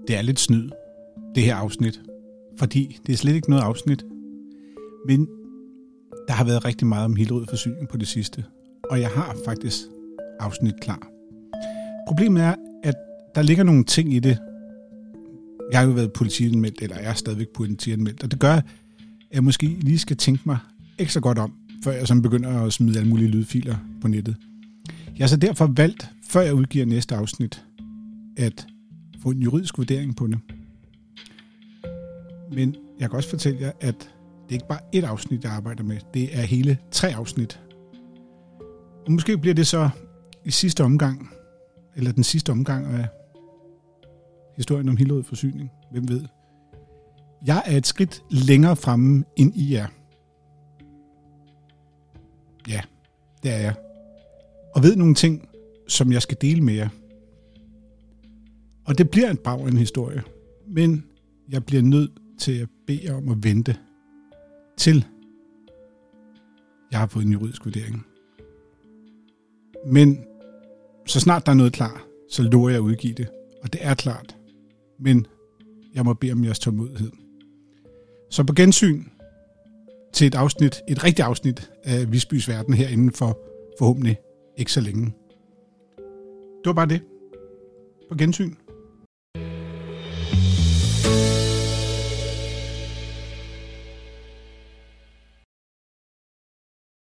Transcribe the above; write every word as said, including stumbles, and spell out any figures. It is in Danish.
Det er lidt snyd, det her afsnit, fordi det er slet ikke noget afsnit, men der har været rigtig meget om Hillerød Forsyning på det sidste, og jeg har faktisk afsnit klar. Problemet er, at der ligger nogle ting i det. Jeg har jo været politianmeldt, eller er stadigvæk politianmeldt, og det gør, at jeg måske lige skal tænke mig ekstra godt om, før jeg sådan begynder at smide alle mulige lydfiler på nettet. Jeg har så derfor valgt, før jeg udgiver næste afsnit, at få en juridisk vurdering på det. Men jeg kan også fortælle jer, at det er ikke bare et afsnit, jeg arbejder med. Det er hele tre afsnit. Og måske bliver det så i sidste omgang, eller den sidste omgang af historien om Hillerød Forsyning. Hvem ved? Jeg er et skridt længere fremme, end I er. Ja, det er jeg. Og ved nogle ting, som jeg skal dele med jer. Og det bliver en brag en historie. Men jeg bliver nødt til at bede jer om at vente til jeg har fået en juridisk vurdering. Men så snart der er noget klar, så lover jeg at udgive det. Og det er klart. Men jeg må bede om jeres tålmodighed. Så på gensyn til et afsnit, et rigtigt afsnit af Visbys Verden her inden for forhåbentlig ikke så længe. Det var bare det. På gensyn.